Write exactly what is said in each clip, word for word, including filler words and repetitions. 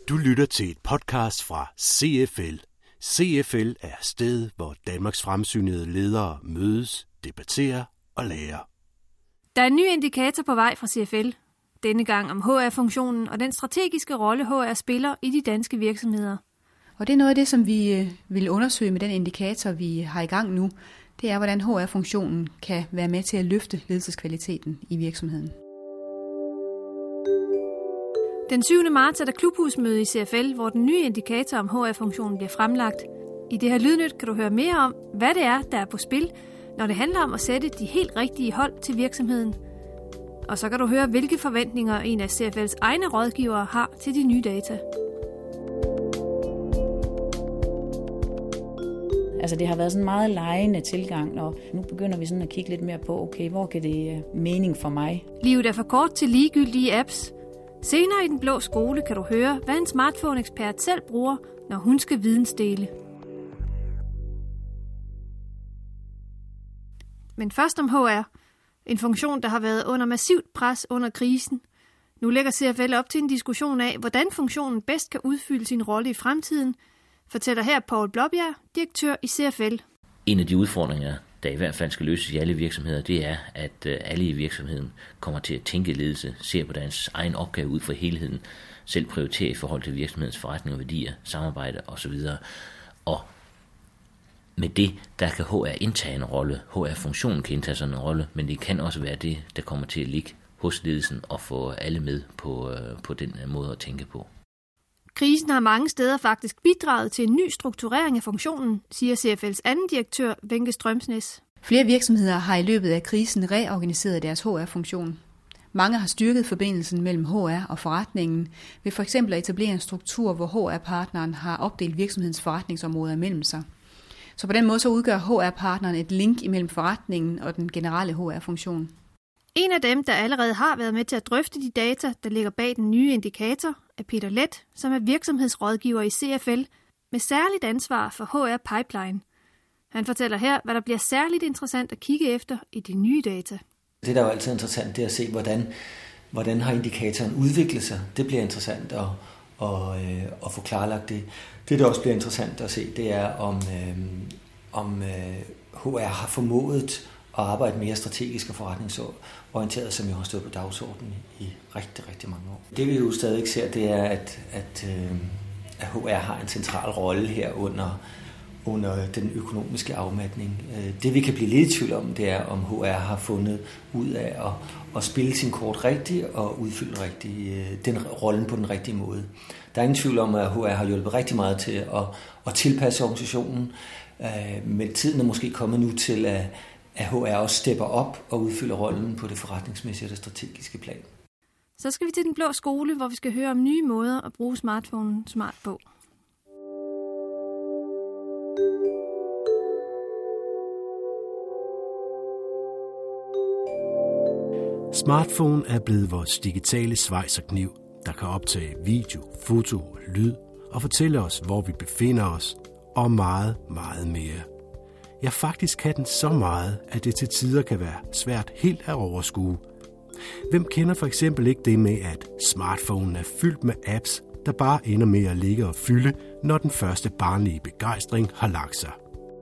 Du lytter til et podcast fra C F L. C F L er stedet, hvor Danmarks fremsynede ledere mødes, debatterer og lærer. Der er en ny indikator på vej fra C F L. Denne gang om H R-funktionen og den strategiske rolle H R spiller i de danske virksomheder. Og det er noget af det, som vi vil undersøge med den indikator, vi har i gang nu. Det er, hvordan H R-funktionen kan være med til at løfte ledelseskvaliteten i virksomheden. Den syvende marts er der klubhusmøde i C F L, hvor den nye indikator om H R-funktionen bliver fremlagt. I det her lydnyt kan du høre mere om, hvad det er, der er på spil, når det handler om at sætte de helt rigtige hold til virksomheden. Og så kan du høre, hvilke forventninger en af C F L's egne rådgivere har til de nye data. Altså det har været sådan en meget legende tilgang, og nu begynder vi sådan at kigge lidt mere på, okay, hvor kan det mening for mig? Livet er for kort til ligegyldige apps. Senere i Den Blå Skole kan du høre, hvad en smartphone-ekspert selv bruger, når hun skal vidensdele. Men først om H R. En funktion, der har været under massivt pres under krisen. Nu lægger C F L op til en diskussion af, hvordan funktionen bedst kan udfylde sin rolle i fremtiden, fortæller her Poul Blåbjerg, direktør i C F L. En af de udfordringer, der i hvert fald skal løses i alle virksomheder, det er, at alle i virksomheden kommer til at tænke ledelse, ser på deres egen opgave ud fra helheden, selv prioriterer i forhold til virksomhedens forretning og værdier, samarbejde osv. Og med det, der kan H R indtage en rolle. H R-funktionen kan indtage sådan en rolle, men det kan også være det, der kommer til at ligge hos ledelsen og få alle med på, på den måde at tænke på. Krisen har mange steder faktisk bidraget til en ny strukturering af funktionen, siger C F L's anden direktør, Wenche Strømsnes. Flere virksomheder har i løbet af krisen reorganiseret deres H R-funktion. Mange har styrket forbindelsen mellem H R og forretningen ved for eksempel at etablere en struktur, hvor H R-partneren har opdelt virksomhedens forretningsområder mellem sig. Så på den måde så udgør H R-partneren et link imellem forretningen og den generelle H R-funktion. En af dem, der allerede har været med til at drøfte de data, der ligger bag den nye indikator, er Peter Leth, som er virksomhedsrådgiver i C F L med særligt ansvar for H R-pipeline. Han fortæller her, hvad der bliver særligt interessant at kigge efter i de nye data. Det, der er jo altid interessant, det er at se, hvordan, hvordan har indikatoren udviklet sig. Det bliver interessant at, at, at få klarlagt det. Det, der også bliver interessant at se, det er, om, øh, om øh, H R har formået at arbejde mere strategisk og forretningsorienteret, som jo har stået på dagsordenen i rigtig, rigtig mange år. Det vi jo stadig ser, det er, at, at, øh, at H R har en central rolle her under, under den økonomiske afmatning. Det vi kan blive lidt i tvivl om, det er, om H R har fundet ud af at, at spille sin kort rigtigt og udfylde rigtig, den rollen på den rigtige måde. Der er ingen tvivl om, at H R har hjulpet rigtig meget til at, at tilpasse organisationen, men tiden er måske kommet nu til, at at H R også stepper op og udfylder rollen på det forretningsmæssige og det strategiske plan. Så skal vi til Den Blå Skole, hvor vi skal høre om nye måder at bruge smartphonen smart på. Smartphone er blevet vores digitale svejserkniv, der kan optage video, foto og lyd og fortælle os, hvor vi befinder os, og meget, meget mere. Ja, faktisk kan den så meget, at det til tider kan være svært helt at overskue. Hvem kender for eksempel ikke det med, at smartphonen er fyldt med apps, der bare ender med at ligge og fylde, når den første barnlige begejstring har lagt sig?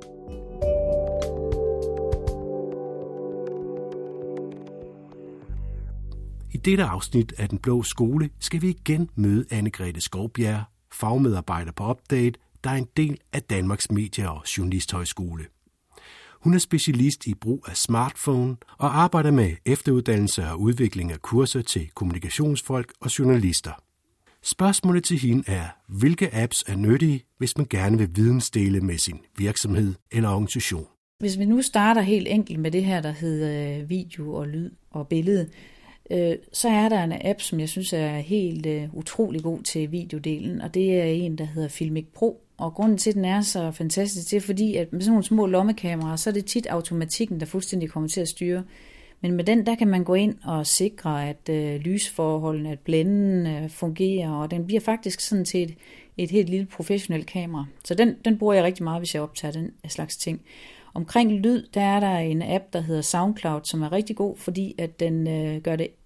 I dette afsnit af Den Blå Skole skal vi igen møde Anne-Grethe Skovbjerg, fagmedarbejder på Update, der er en del af Danmarks Medie- og Journalisthøjskole. Hun er specialist i brug af smartphone og arbejder med efteruddannelse og udvikling af kurser til kommunikationsfolk og journalister. Spørgsmålet til hende er, hvilke apps er nyttige, hvis man gerne vil vidensdele med sin virksomhed eller organisation? Hvis vi nu starter helt enkelt med det her, der hedder video og lyd og billede, så er der en app, som jeg synes er helt utrolig god til videodelen, og det er en, der hedder Filmic Pro. Og grunden til, at den er så fantastisk, det er fordi, at med sådan nogle små lommekameraer, så er det tit automatikken, der fuldstændig kommer til at styre. Men med den, der kan man gå ind og sikre, at øh, lysforholdene, at blænden øh, fungerer, og den bliver faktisk sådan til et, et helt lille professionelt kamera. Så den, den bruger jeg rigtig meget, hvis jeg optager den slags ting. Omkring lyd, der er der en app, der hedder SoundCloud, som er rigtig god, fordi at den øh, gør det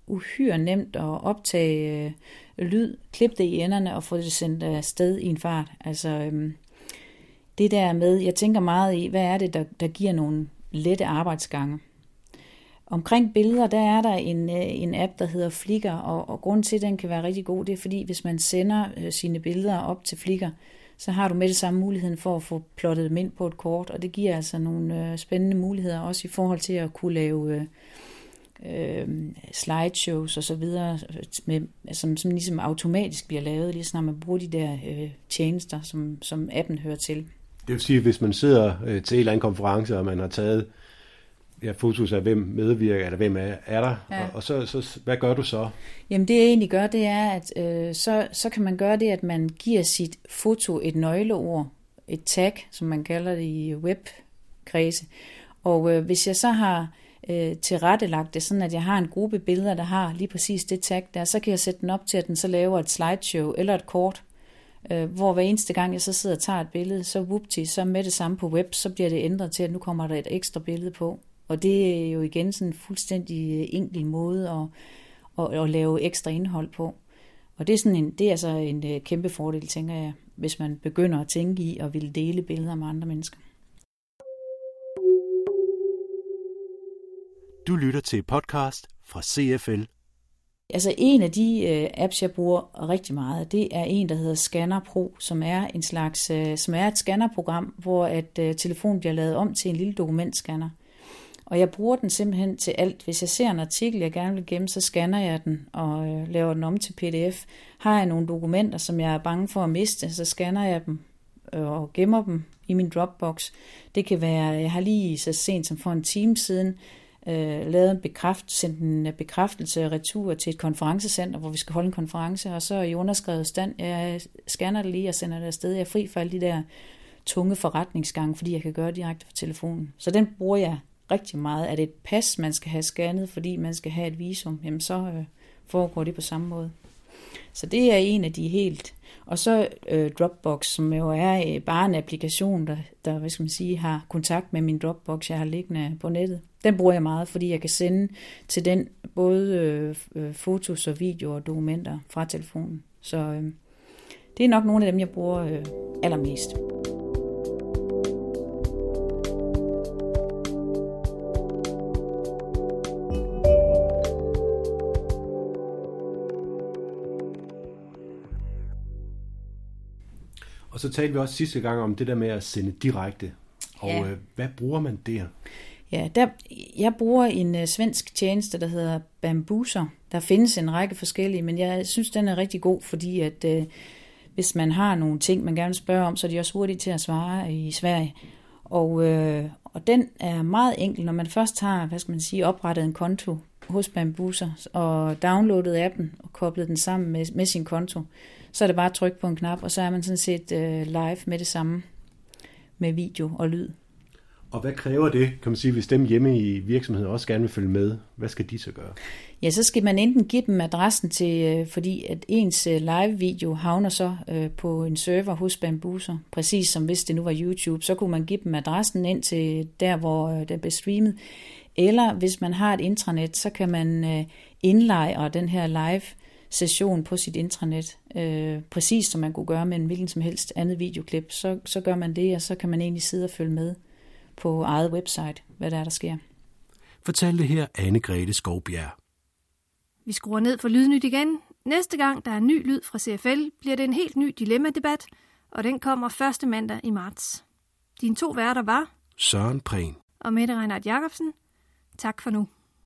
uhyre nemt at optage øh, lyd, klippe det i enderne og få det sendt afsted i en fart. Altså øh, det der med, jeg tænker meget i, hvad er det, der, der giver nogle lette arbejdsgange. Omkring billeder, der er der en, en app, der hedder Flickr, og, og grunden til, at den kan være rigtig god, det er, fordi hvis man sender øh, sine billeder op til Flickr, så har du med det samme muligheden for at få plottet dem ind på et kort, og det giver altså nogle øh, spændende muligheder, også i forhold til at kunne lave øh, øh, slideshows og så videre, med, som, som ligesom automatisk bliver lavet, lige snart man bruger de der øh, tjenester, som, som appen hører til. Det vil sige, at hvis man sidder øh, til en eller anden konference, og man har taget ja, fotos af, hvem medvirker, eller hvem er, er der, ja. og, og så, så hvad gør du så? Jamen det jeg egentlig gør, det er, at øh, så, så kan man gøre det, at man giver sit foto et nøgleord, et tag, som man kalder det i webkredse. Og øh, hvis jeg så har øh, tilrettelagt det, sådan at jeg har en gruppe billeder, der har lige præcis det tag der, så kan jeg sætte den op til, at den så laver et slideshow eller et kort, øh, hvor hver eneste gang jeg så sidder og tager et billede, så whoopty, så med det samme på web, så bliver det ændret til, at nu kommer der et ekstra billede på. Og det er jo igen sådan en fuldstændig enkel måde at, at, at lave ekstra indhold på. Og det er, sådan en, det er altså en kæmpe fordel, tænker jeg, hvis man begynder at tænke i og vil dele billeder med andre mennesker. Du lytter til podcast fra C F L. Altså en af de øh, apps, jeg bruger rigtig meget, det er en, der hedder Scanner Pro, som er en slags, øh, som er et scannerprogram, hvor at øh, telefonen bliver lavet om til en lille dokumentscanner. Og jeg bruger den simpelthen til alt. Hvis jeg ser en artikel, jeg gerne vil gemme, så scanner jeg den og øh, laver den om til P D F. Har jeg nogle dokumenter, som jeg er bange for at miste, så scanner jeg dem øh, og gemmer dem i min Dropbox. Det kan være, jeg har lige så sent som for en time siden øh, lavet en bekræft, sendt en bekræftelse og retur til et konferencecenter, hvor vi skal holde en konference, og så i underskrevet stand, jeg scanner det lige og sender det afsted. Jeg er fri for alle de der tunge forretningsgange, fordi jeg kan gøre direkte fra telefonen. Så den bruger jeg rigtig meget. Er det et pas, man skal have scannet, fordi man skal have et visum, jamen så øh, foregår det på samme måde. Så det er en af de helt. Og så øh, Dropbox, som jo er øh, bare en applikation, der, der hvad skal man sige, har kontakt med min Dropbox, jeg har liggende på nettet. Den bruger jeg meget, fordi jeg kan sende til den både øh, fotos og videoer og dokumenter fra telefonen. Så øh, det er nok nogle af dem, jeg bruger øh, allermest. Og så talte vi også sidste gang om det der med at sende direkte. Og ja. øh, hvad bruger man der? Ja, der, jeg bruger en uh, svensk tjeneste, der hedder Bambuser. Der findes en række forskellige, men jeg synes, den er rigtig god, fordi at uh, hvis man har nogle ting, man gerne vil spørge om, så er de også hurtige til at svare i Sverige. Og, uh, og den er meget enkel, når man først har, hvad skal man sige, oprettet en konto hos Bambuser og downloadet appen og koblet den sammen med, med sin konto, så er det bare at trykke på en knap, og så er man sådan set uh, live med det samme med video og lyd. Og hvad kræver det, kan man sige, hvis dem hjemme i virksomheden også gerne vil følge med? Hvad skal de så gøre? Ja, så skal man enten give dem adressen til, fordi at ens live-video havner så på en server hos Bambuser, præcis som hvis det nu var YouTube, så kunne man give dem adressen ind til der, hvor den bliver streamet. Eller hvis man har et intranet, så kan man indlejre den her live-session på sit intranet, præcis som man kunne gøre med en hvilken som helst andet videoklip. Så, så gør man det, og så kan man egentlig sidde og følge med på eget website, hvad der er, der sker. Fortalte her Anne-Grethe Skovbjerg. Vi skruer ned for Lydnyt igen. Næste gang der er ny lyd fra C F L, bliver det en helt ny dilemma-debat, og den kommer første mandag i marts. Dine to værter var Søren Prehn og Mette Reinhardt Jacobsen. Tak for nu.